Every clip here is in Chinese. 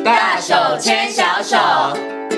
大手牵小手。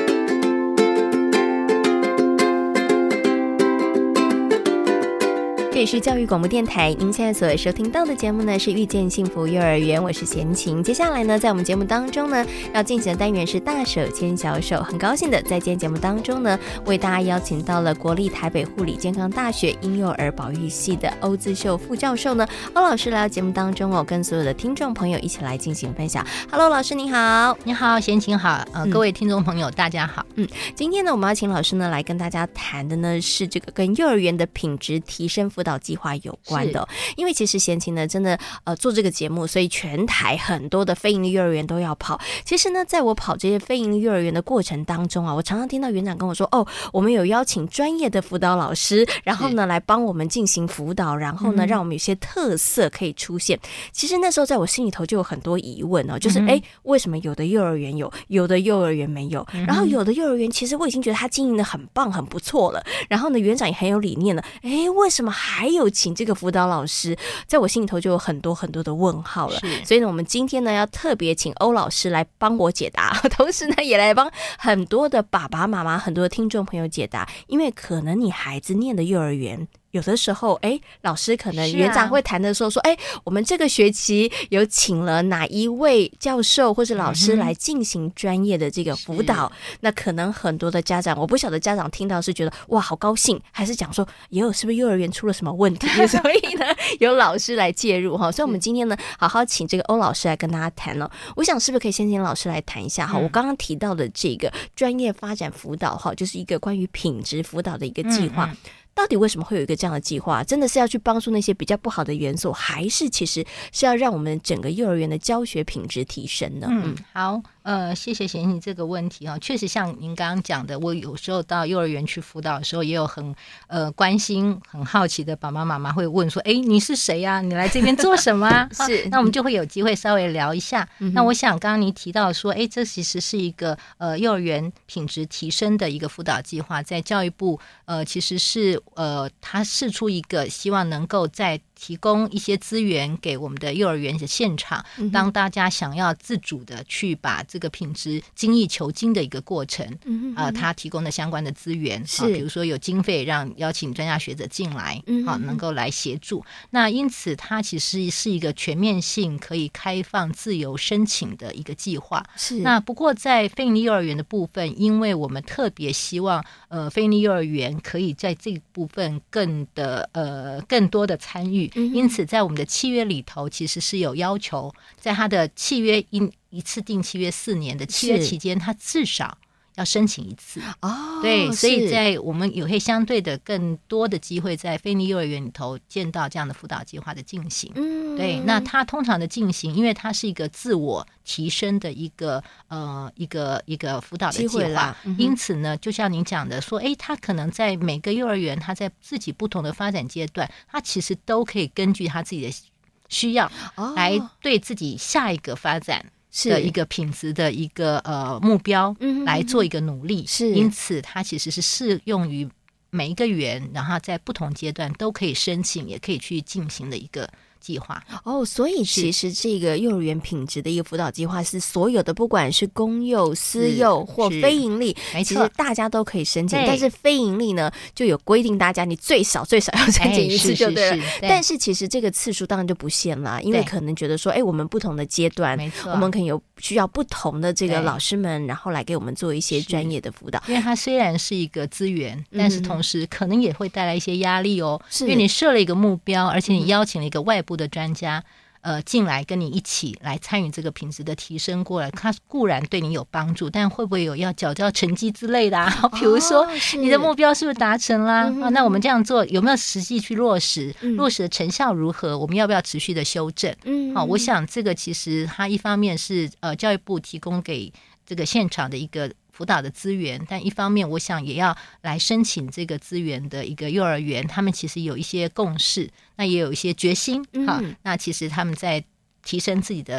这里是教育广播电台，您现在所收听到的节目呢是遇见幸福幼儿园，我是贤琴。接下来呢，在我们节目当中呢，要进行的单元是大手牵小手。很高兴的在今天节目当中呢，为大家邀请到了国立台北护理健康大学婴幼儿保育系的欧姿秀副教授呢，欧老师来到节目当中哦，跟所有的听众朋友一起来进行分享。Hello， 老师你好。 你好，贤琴好，各位听众朋友大家好。 今天呢，我们要请老师呢来跟大家谈的呢是这个跟幼儿园的品质提升辅导计划有关的，因为其实贤琴呢真的做这个节目，所以全台很多的非营利幼儿园都要跑。其实呢，在我跑这些非营利幼儿园的过程当中啊，我常常听到园长跟我说，我们有邀请专业的辅导老师，然后呢来帮我们进行辅导，然后呢让我们有些特色可以出现。其实那时候在我心里头就有很多疑问哦，就是为什么有的幼儿园有，有的幼儿园没有？然后有的幼儿园其实我已经觉得他经营的很棒很不错了，然后呢园长也很有理念了，为什么还有请这个辅导老师？在我心里头就有很多很多的问号了。所以呢，我们今天呢要特别请欧老师来帮我解答，同时呢也来帮很多的爸爸妈妈、很多的听众朋友解答，因为可能你孩子念的幼儿园。有的时候老师可能园长会谈的时候说我们这个学期有请了哪一位教授或是老师来进行专业的这个辅导，那可能很多的家长，我不晓得家长听到是觉得哇好高兴，还是讲说是不是幼儿园出了什么问题所以呢有老师来介入所以我们今天呢好好请这个欧老师来跟大家谈我想是不是可以先请老师来谈一下我刚刚提到的这个专业发展辅导就是一个关于品质辅导的一个计划，到底为什么会有一个这样的计划？真的是要去帮助那些比较不好的元素，还是其实是要让我们整个幼儿园的教学品质提升呢？ 好，谢谢贤妮这个问题确实像您刚刚讲的，我有时候到幼儿园去辅导的时候，也有很关心、很好奇的爸爸妈妈会问说：“你是谁啊？你来这边做什么啊？”是，那我们就会有机会稍微聊一下。那我想刚刚您提到说，这其实是一个幼儿园品质提升的一个辅导计划，在教育部其实是他释出一个希望能够在提供一些资源给我们的幼儿园的现场，当大家想要自主的去把这个品质精益求精的一个过程，他提供的相关的资源，比如说有经费让邀请专家学者进来，能够来协助。那因此它其实是一个全面性可以开放自由申请的一个计划。是。那不过在非营利幼儿园的部分，因为我们特别希望非营利幼儿园可以在这部分更多的参与，因此在我们的契约里头其实是有要求，在他的契约一次订契约4年的契约期间，他至少要申请一次对，所以在我们有会相对的更多的机会在非营利幼儿园里头见到这样的辅导计划的进行。对，那它通常的进行，因为它是一个自我提升的一个辅导的计划，因此呢，就像您讲的说，它可能在每个幼儿园，它在自己不同的发展阶段，它其实都可以根据它自己的需要来对自己下一个发展的一个品质的一个目标来做一个努力，因此它其实是适用于每一个园，然后在不同阶段都可以申请，也可以去进行的一个计划。 所以其实这个幼儿园品质的一个辅导计划是所有的，不管是公幼、私幼或非营利，其实大家都可以申请。但是非营利呢，就有规定大家你最少要申请一次就对了。但是其实这个次数当然就不限了，因为可能觉得说，我们不同的阶段，我们可能有需要不同的这个老师们，然后来给我们做一些专业的辅导。 因为它虽然是一个资源，但是同时可能也会带来一些压力因为你设了一个目标，而且你邀请了一个外部的专家进来跟你一起来参与这个品质的提升过来，它固然对你有帮助，但会不会有要缴交成绩之类的比如说你的目标是不是达成啦那我们这样做有没有实际去落实落实的成效如何，我们要不要持续的修正我想这个其实它一方面是教育部提供给这个现场的一个辅导的资源，但一方面我想也要来申请这个资源的一个幼儿园，他们其实有一些共识，那也有一些决心那其实他们在提升自己的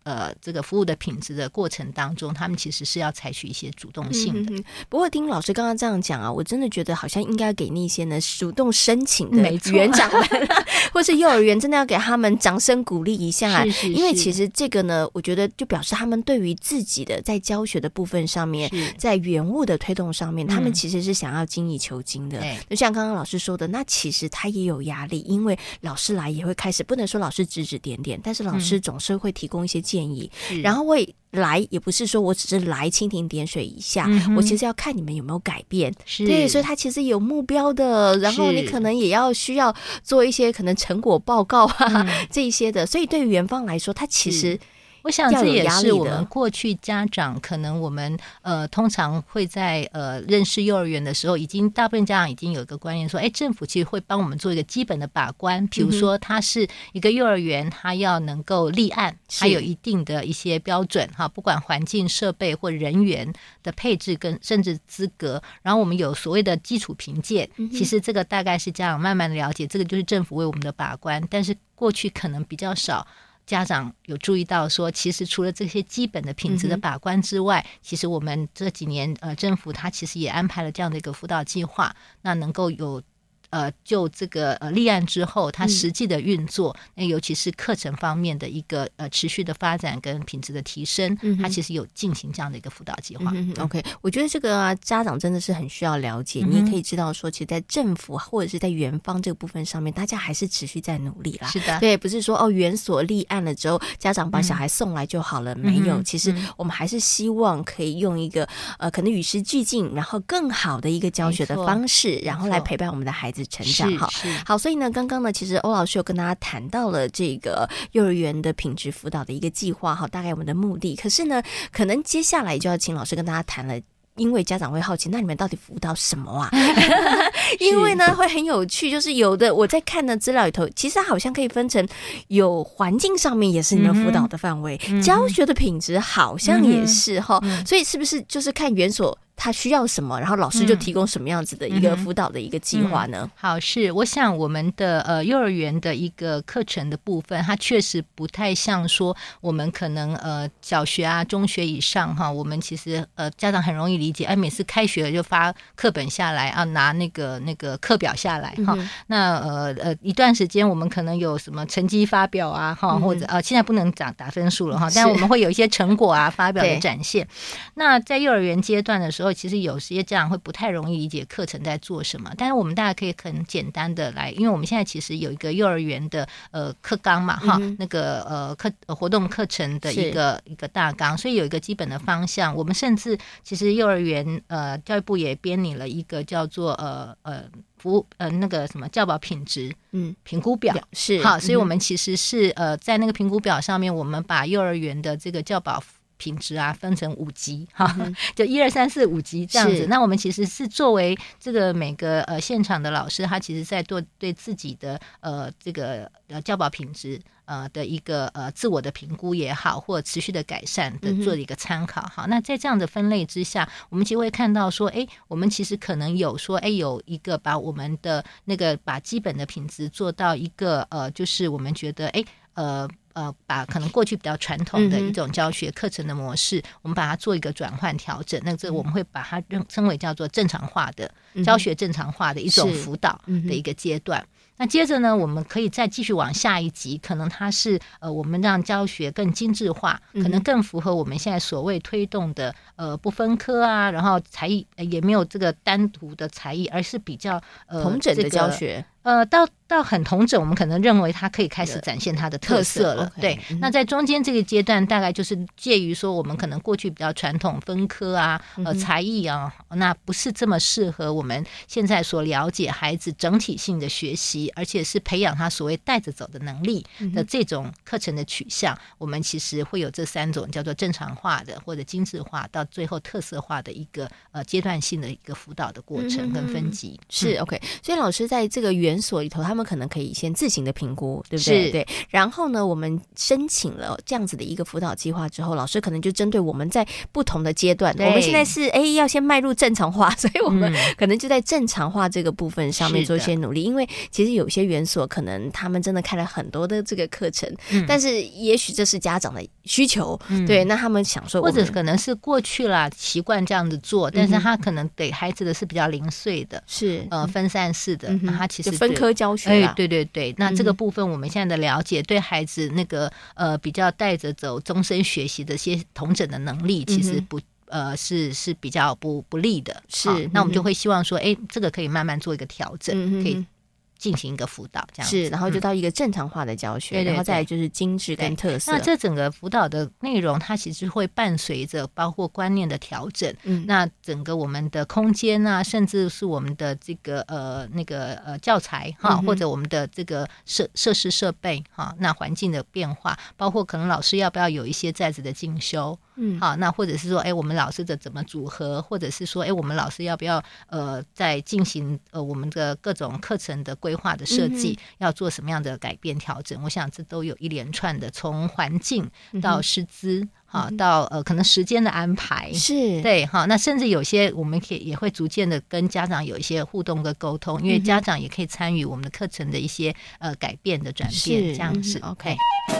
这个服务的品质的过程当中，他们其实是要采取一些主动性的。 不过听老师刚刚这样讲啊，我真的觉得好像应该给那些呢主动申请的园长们或是幼儿园真的要给他们掌声鼓励一下， 是因为其实这个呢，我觉得就表示他们对于自己的在教学的部分上面，在园务的推动上面，他们其实是想要精益求精的。就像刚刚老师说的，那其实他也有压力，因为老师来也会开始，不能说老师指指点点，但是老师总是会提供一些建议，然后会来，也不是说我只是来蜻蜓点水一下，我其实要看你们有没有改变。对，所以他其实有目标的，然后你可能也要需要做一些可能成果报告啊，这一些的。所以对于园方来说，他其实我想这也是我们过去家长可能我们通常会在认识幼儿园的时候，已经大部分家长已经有一个观念说，政府其实会帮我们做一个基本的把关，比如说它是一个幼儿园，它要能够立案，它有一定的一些标准哈，不管环境设备或人员的配置跟甚至资格，然后我们有所谓的基础评鉴，其实这个大概是家长慢慢的了解，这个就是政府为我们的把关，但是过去可能比较少家长有注意到说，其实除了这些基本的品质的把关之外，其实我们这几年政府它其实也安排了这样的一个辅导计划，那能够有就这个立案之后它实际的运作，尤其是课程方面的一个持续的发展跟品质的提升，它其实有进行这样的一个辅导计划。 OK， 我觉得这个家长真的是很需要了解，你也可以知道说，其实在政府或者是在园方这个部分上面，大家还是持续在努力啦。 是的， 对，不是说园所立案了之后，家长把小孩送来就好了，没有。其实我们还是希望可以用一个可能与时俱进，然后更好的一个教学的方式，然后来陪伴我们的孩子成长。好，所以呢，刚刚呢，其实欧老师有跟大家谈到了这个幼儿园的品质辅导的一个计划，大概我们的目的。可是呢，可能接下来就要请老师跟大家谈了。因为家长会好奇，那你们到底辅导什么啊？因为呢会很有趣，就是有的我在看的资料里头，其实它好像可以分成有环境上面也是你们辅导的范围，教学的品质好像也是所以是不是就是看园所他需要什么，然后老师就提供什么样子的一个辅导的一个计划呢？ 好，是我想我们的幼儿园的一个课程的部分，它确实不太像说我们可能小学啊、中学以上我们其实家长很容易理解，每次开学了就发课本下来啊，拿那个课表下来那一段时间我们可能有什么成绩发表啊或者现在不能打分数了但我们会有一些成果啊发表的展现。那在幼儿园阶段的时候，其实有些家长会不太容易理解课程在做什么，但是我们大家可以很简单的来，因为我们现在其实有一个幼儿园的课纲嘛那个活动课程的一个大纲，所以有一个基本的方向。我们甚至其实幼儿园教育部也编拟了一个叫做服务那个什么教保品质评估表是好，所以我们其实是在那个评估表上面，我们把幼儿园的这个教保品质啊分成5级就1、2、3、4、5级这样子。那我们其实是作为这个每个现场的老师，他其实在做对自己的这个教保品质的一个自我的评估也好，或者持续的改善的做一个参考。好，那在这样的分类之下，我们其实会看到说，我们其实可能有说，有一个把我们的那个把基本的品质做到一个就是我们觉得把可能过去比较传统的一种教学课程的模式，我们把它做一个转换调整，那这我们会把它称为叫做正常化的教学正常化的一种辅导的一个阶段。那接着呢，我们可以再继续往下一级，可能它是我们让教学更精致化，可能更符合我们现在所谓推动的不分科啊，然后才艺也没有这个单独的才艺，而是比较统整的教学。 到很统整，我们可能认为它可以开始展现它的特色了。对，那在中间这个阶段，大概就是介于说我们可能过去比较传统分科啊、才艺啊，那不是这么适合我们现在所了解孩子整体性的学习，而且是培养他所谓带着走的能力的这种课程的取向。我们其实会有这3种叫做正常化的或者精致化，到最后特色化的一个阶段性的一个辅导的过程跟分级。 是 OK， 所以老师在这个园园所里头，他们可能可以先自行的评估，对不对？对。然后呢，我们申请了这样子的一个辅导计划之后，老师可能就针对我们在不同的阶段，我们现在是要先迈入正常化，所以我们可能就在正常化这个部分上面做一些努力。因为其实有些园所可能他们真的开了很多的这个课程，但是也许这是家长的需求，对，那他们想说或者可能是过去啦习惯这样子做，但是他可能给孩子的是比较零碎的， 是分散式的，他其实分科教学啦， 对对对，那这个部分我们现在的了解，对孩子那个比较带着走终身学习的一些统整的能力，其实不是比较不利的，是，那我们就会希望说，这个可以慢慢做一个调整，可以进行一个辅导，这样是，然后就到一个正常化的教学，然后再来就是精致跟特色。 那这整个辅导的内容，它其实会伴随着包括观念的调整，那整个我们的空间啊，甚至是我们的这个教材哈，或者我们的这个设施设备哈，那环境的变化，包括可能老师要不要有一些在职的进修。好，那或者是说，我们老师的怎么组合，或者是说，我们老师要不要在进行我们的各种课程的规划的设计，要做什么样的改变调整？我想这都有一连串的，从环境到师资。好，到可能时间的安排是对哈，那甚至有些我们也会逐渐的跟家长有一些互动跟沟通，因为家长也可以参与我们的课程的一些改变的转变，这样子。 OK。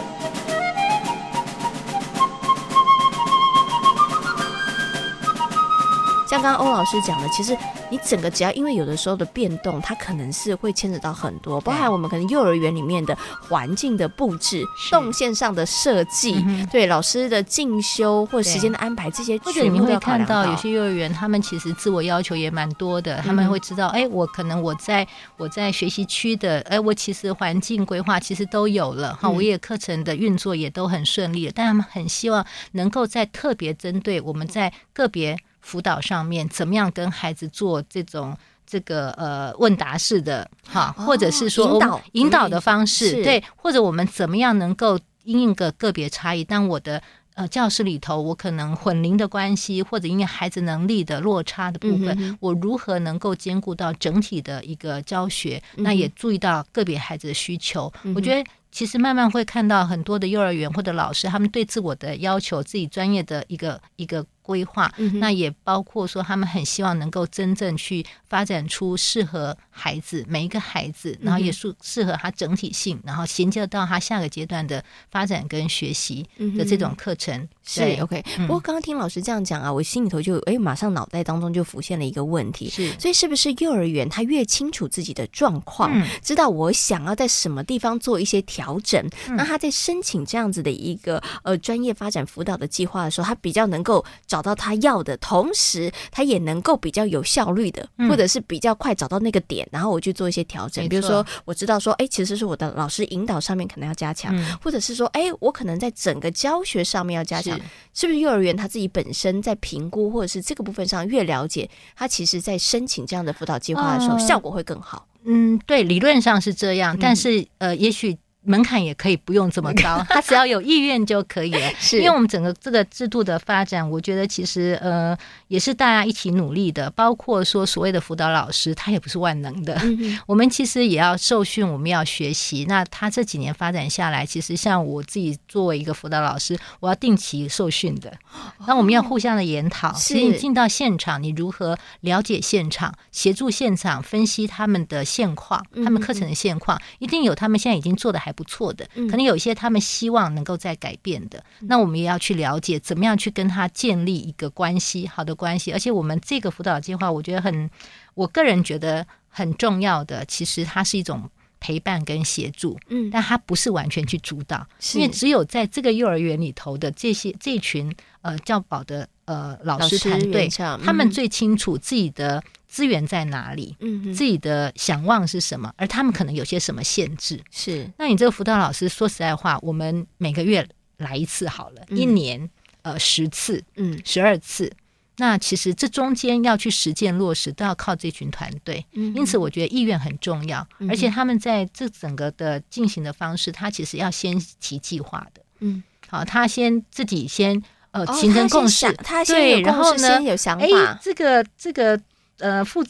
像刚刚欧老师讲的，其实你整个只要因为有的时候的变动，它可能是会牵扯到很多，包含我们可能幼儿园里面的环境的布置、动线上的设计，对老师的进修或者时间的安排，这些或者你会看到有些幼儿园，他们其实自我要求也蛮多的，他们会知道，我可能我在学习区的，我其实环境规划其实都有了哈，我也课程的运作也都很顺利了，但他们很希望能够在特别针对我们在个别辅导上面怎么样跟孩子做这个问答式的哈，或者是说引导的方式，对，或者我们怎么样能够因应个别差异，当我的教室里头我可能混龄的关系，或者因为孩子能力的落差的部分，我如何能够兼顾到整体的一个教学，那也注意到个别孩子的需求，我觉得其实慢慢会看到很多的幼儿园或者老师，他们对自我的要求，自己专业的一个规划，那也包括说他们很希望能够真正去发展出适合孩子每一个孩子，然后也适合他整体性，然后衔接到他下个阶段的发展跟学习的这种课程。 是 OK。不过刚刚听老师这样讲啊，我心里头就马上脑袋当中就浮现了一个问题，所以是不是幼儿园他越清楚自己的状况，知道我想要在什么地方做一些调整，那他在申请这样子的一个专业发展辅导的计划的时候，他比较能够找到他要的，同时他也能够比较有效率的，或者是比较快找到那个点，然后我去做一些调整。比如说我知道说其实是我的老师引导上面可能要加强，或者是说我可能在整个教学上面要加强，是不是幼儿园他自己本身在评估或者是这个部分上越了解，他其实在申请这样的辅导计划的时候效果会更好？ 对，理论上是这样，但是也许门槛也可以不用这么高，他只要有意愿就可以了。因为我们整个这个制度的发展，我觉得其实也是大家一起努力的，包括说所谓的辅导老师，他也不是万能的，我们其实也要受训，我们要学习。那他这几年发展下来，其实像我自己作为一个辅导老师，我要定期受训的，那我们要互相的研讨。其实你进到现场，你如何了解现场，协助现场分析他们的现况，他们课程的现况，一定有他们现在已经做的还不错的，可能有一些他们希望能够再改变的，那我们也要去了解怎么样去跟他建立一个关系，好的关系。而且我们这个辅导计划，我觉得我个人觉得很重要的，其实它是一种陪伴跟协助，但它不是完全去主导，因为只有在这个幼儿园里头的这一群教保的老师团队，他们最清楚自己的资源在哪里，自己的想望是什么，而他们可能有些什么限制。是，那你这个辅导老师说实在话，我们每个月来一次好了，一年10次，12次。那其实这中间要去实践落实，都要靠这群团队，因此我觉得意愿很重要，而且他们在这整个的进行的方式，他其实要先提计划的，好，他自己先形成共识， 他先有共识，先有想法， 这个负责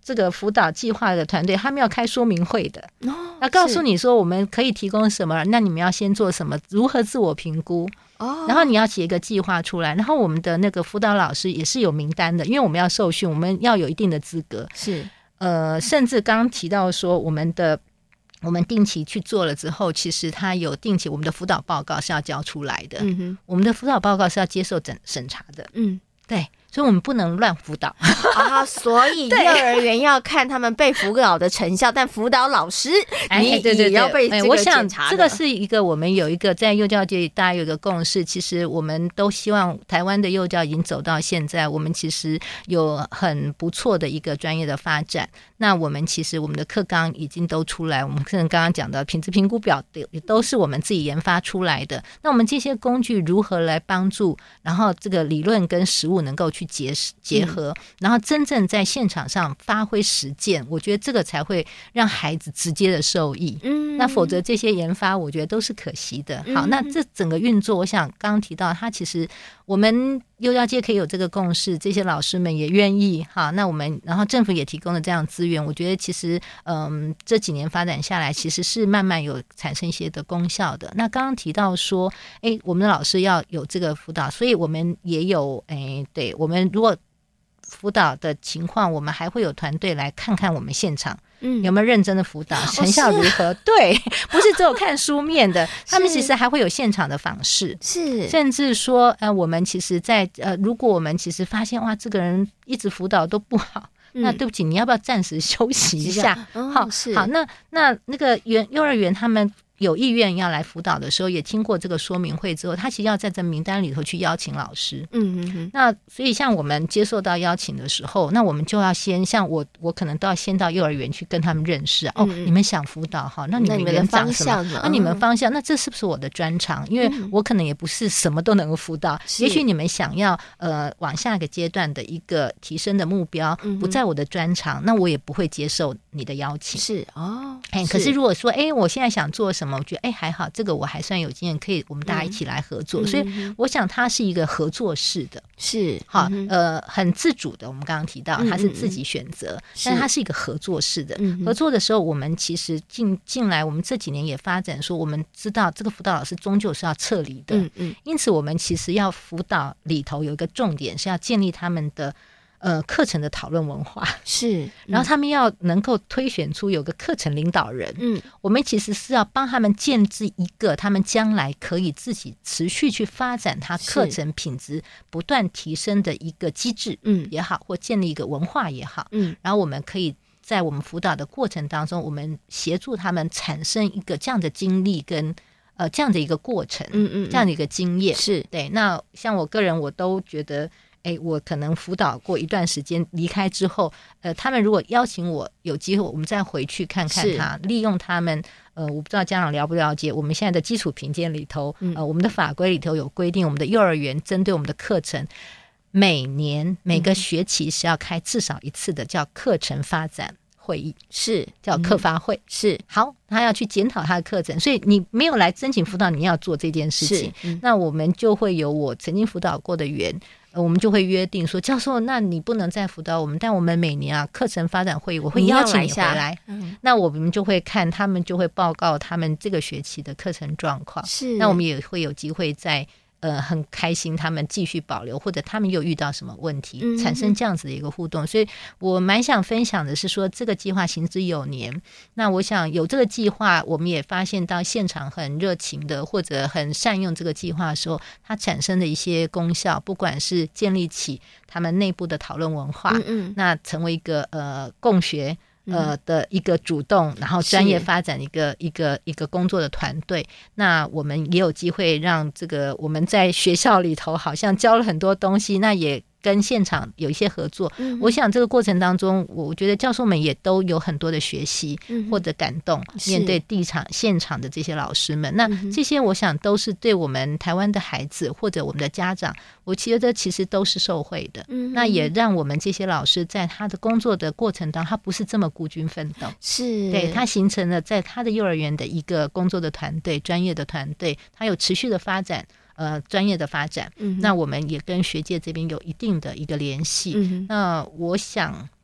这个辅导计划的团队，他们要开说明会的，要告诉是你说我们可以提供什么，那你们要先做什么，如何自我评估。然后你要写一个计划出来，然后我们的那个辅导老师也是有名单的，因为我们要受训，我们要有一定的资格。 是甚至刚刚提到说我们定期去做了之后，其实他有定期我们的辅导报告是要交出来的，我们的辅导报告是要接受审查的，对，所以我们不能乱辅导所以幼儿园要看他们被辅导的成效，但辅导老师你对也要被这个检查的。 我想这个是一个我们有一个在幼教界大家有一个共识，其实我们都希望台湾的幼教已经走到现在，我们其实有很不错的一个专业的发展。那我们其实我们的课纲已经都出来，我们可能刚刚讲的品质评估表也都是我们自己研发出来的。那我们这些工具如何来帮助，然后这个理论跟实务能够去结合，然后真正在现场上发挥实践，我觉得这个才会让孩子直接的受益。那否则这些研发我觉得都是可惜的。好，那这整个运作，我想刚刚提到它其实我们幼教界可以有这个共识，这些老师们也愿意。好，那我们然后政府也提供了这样资源，我觉得其实这几年发展下来其实是慢慢有产生一些的功效的。那刚刚提到说我们的老师要有这个辅导，所以我们也有对，我们如果辅导的情况，我们还会有团队来看看我们现场有没有认真的辅导，成效如何。对，不是只有看书面的他们其实还会有现场的访视，是甚至说我们其实在如果我们其实发现哇这个人一直辅导都不好，那对不起你要不要暂时休息一下。好，那个幼儿园他们有意愿要来辅导的时候，也听过这个说明会之后，他其实要在这名单里头去邀请老师。那所以像我们接受到邀请的时候，那我们就要先像我可能都要先到幼儿园去跟他们认识你们想辅导好，那你们的方向那你们方向，那这是不是我的专长？因为我可能也不是什么都能够辅导，也许你们想要往下一个阶段的一个提升的目标不在我的专长，那我也不会接受你的邀请。是可是如果说我现在想做什么，我觉得还好，这个我还算有经验，可以我们大家一起来合作。所以我想它是一个合作式的，是好很自主的。我们刚刚提到它是自己选择，但它是一个合作式的。合作的时候，我们其实进来，我们这几年也发展说，我们知道这个辅导老师终究是要撤离的，因此我们其实要辅导里头有一个重点是要建立他们的课程的讨论文化，是然后他们要能够推选出有个课程领导人。我们其实是要帮他们建制一个他们将来可以自己持续去发展他课程品质不断提升的一个机制也好，或建立一个文化也好。然后我们可以在我们辅导的过程当中，我们协助他们产生一个这样的经历跟这样的一个过程，这样的一个经验。是对。那像我个人我都觉得我可能辅导过一段时间离开之后，他们如果邀请我有机会我们再回去看看他，利用他们我不知道家长了不了解，我们现在的基础评鉴里头我们的法规里头有规定，我们的幼儿园针对我们的课程每年每个学期是要开至少一次的叫课程发展会议，是叫课发会。是好，他要去检讨他的课程，所以你没有来申请辅导，你要做这件事情。那我们就会有我曾经辅导过的园，我们就会约定说，教授那你不能再辅导我们，但我们每年课程发展会议我会邀请你回来。那我们就会看，他们就会报告他们这个学期的课程状况。是那我们也会有机会在很开心他们继续保留，或者他们又遇到什么问题，产生这样子的一个互动。所以我蛮想分享的是说，这个计划行之有年，那我想有这个计划，我们也发现到现场很热情的或者很善用这个计划的时候，它产生的一些功效，不管是建立起他们内部的讨论文化，那成为一个共学的一个主动然后专业发展一个工作的团队。那我们也有机会让这个我们在学校里头好像教了很多东西，那也跟现场有一些合作。我想这个过程当中，我觉得教授们也都有很多的学习或者感动，面对现场的这些老师们。那这些我想都是对我们台湾的孩子或者我们的家长，我觉得其实都是受惠的。那也让我们这些老师在他的工作的过程当中，他不是这么孤军奋斗，是对他形成了在他的幼儿园的一个工作的团队，专业的团队，他有持续的发展，专业的发展。那我们也跟学界这边有一定的一个联系。那我想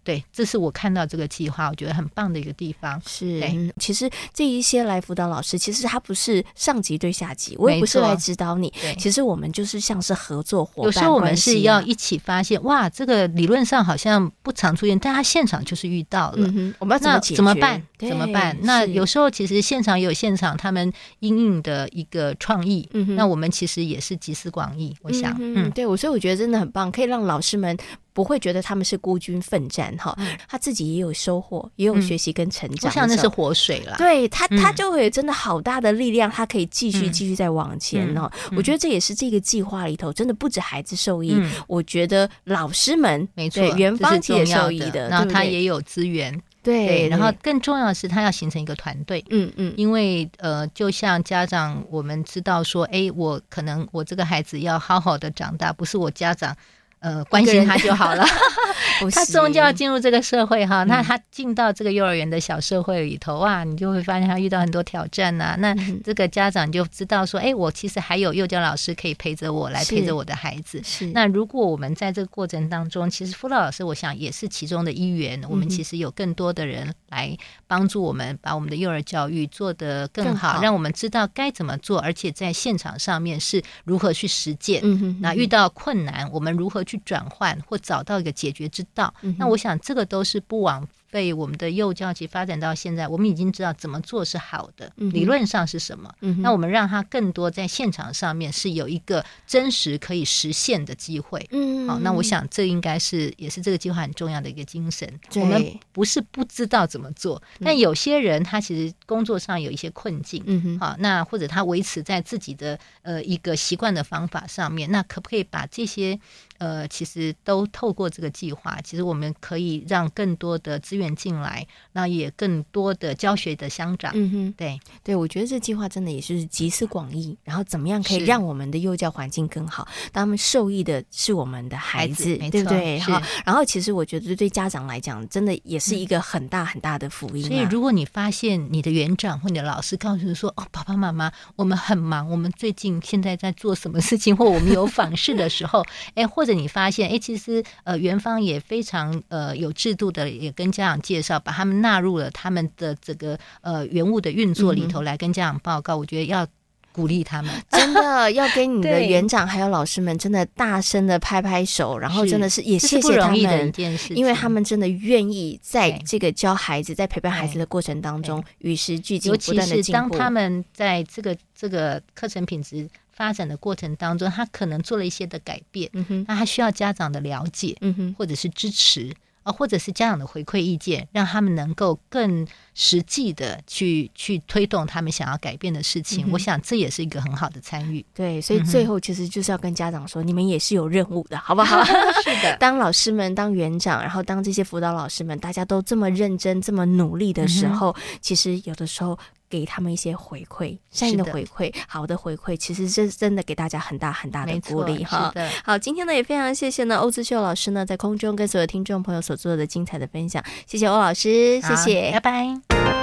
对，这是我看到这个计划我觉得很棒的一个地方。 是，其实这一些来辅导老师，其实他不是上级对下级，我也不是来指导你，其实我们就是像是合作伙伴有时候我们是要一起发现，哇，这个理论上好像不常出现，但他现场就是遇到了， 我们要怎么解决？ 怎么办？怎么办？那有时候其实现场也有现场他们因应的一个创意，那我们其实也是集思广益，我想， 对，所以我觉得真的很棒，可以让老师们不会觉得他们是孤军奋战哈，他自己也有收获，也有学习跟成长， 我想那是活水啦。 对他就会有真的好大的力量，他可以继续再往前哦。我觉得这也是这个计划里头真的不止孩子受益，我觉得老师们没错， 园方也受益的， 然后他也有资源。对，然后更重要的是，他要形成一个团队。因为就像家长，我们知道说，我可能我这个孩子要好好的长大，不是我家长关心他就好了，他终究要进入这个社会哈。那他进到这个幼儿园的小社会里头，哇，你就会发现他遇到很多挑战啊。那这个家长就知道说，我其实还有幼教老师可以陪着我，来陪着我的孩子。那如果我们在这个过程当中，其实辅导老师我想也是其中的一员，我们其实有更多的人来帮助我们把我们的幼儿教育做得更好，让我们知道该怎么做，而且在现场上面是如何去实践。那遇到困难我们如何去转换或找到一个解决之道。那我想这个都是不枉费我们的幼教其实发展到现在，我们已经知道怎么做是好的，理论上是什么，那我们让它更多在现场上面是有一个真实可以实现的机会。好，那我想这应该是也是这个计划很重要的一个精神。我们不是不知道怎么做，但有些人他其实工作上有一些困境，好，那或者他维持在自己的一个习惯的方法上面，那可不可以把这些其实都透过这个计划，其实我们可以让更多的资源进来，那也更多的教学的相长。对，我觉得这计划真的也是集思广益，然后怎么样可以让我们的幼教环境更好，当他们受益的是我们的孩子，对不对？然后其实我觉得对家长来讲真的也是一个很大很大的福音。 所以如果你发现你的园长或你的老师告诉你说，爸爸妈妈我们很忙，我们最近现在在做什么事情，或我们有访视的时候或者你发现其实园方也非常有制度的，也跟家长介绍，把他们纳入了他们的这个园务的运作里头来跟家长报告，我觉得要鼓励他们， 真的要给你的园长还有老师们真的大声的拍拍手，然后真的是也谢谢他们，因为他们真的愿意在这个教孩子在陪伴孩子的过程当中与时俱进，不断的进步。尤其是当他们在这个课程品质发展的过程当中，他可能做了一些的改变，那他需要家长的了解，或者是支持，或者是家长的回馈意见，让他们能够更实际的去推动他们想要改变的事情。我想这也是一个很好的参与。 对，所以最后其实就是要跟家长说，你们也是有任务的，好不好？ 是的， 当老师们当园长，然后当这些辅导老师们大家都这么认真这么努力的时候，其实有的时候给他们一些回馈，善意的回馈，好的回馈，其实是真的给大家很大很大的鼓励哈。好，今天呢也非常谢谢呢欧姿秀老师呢在空中跟所有听众朋友所做的精彩的分享，谢谢欧老师，谢谢， 拜拜。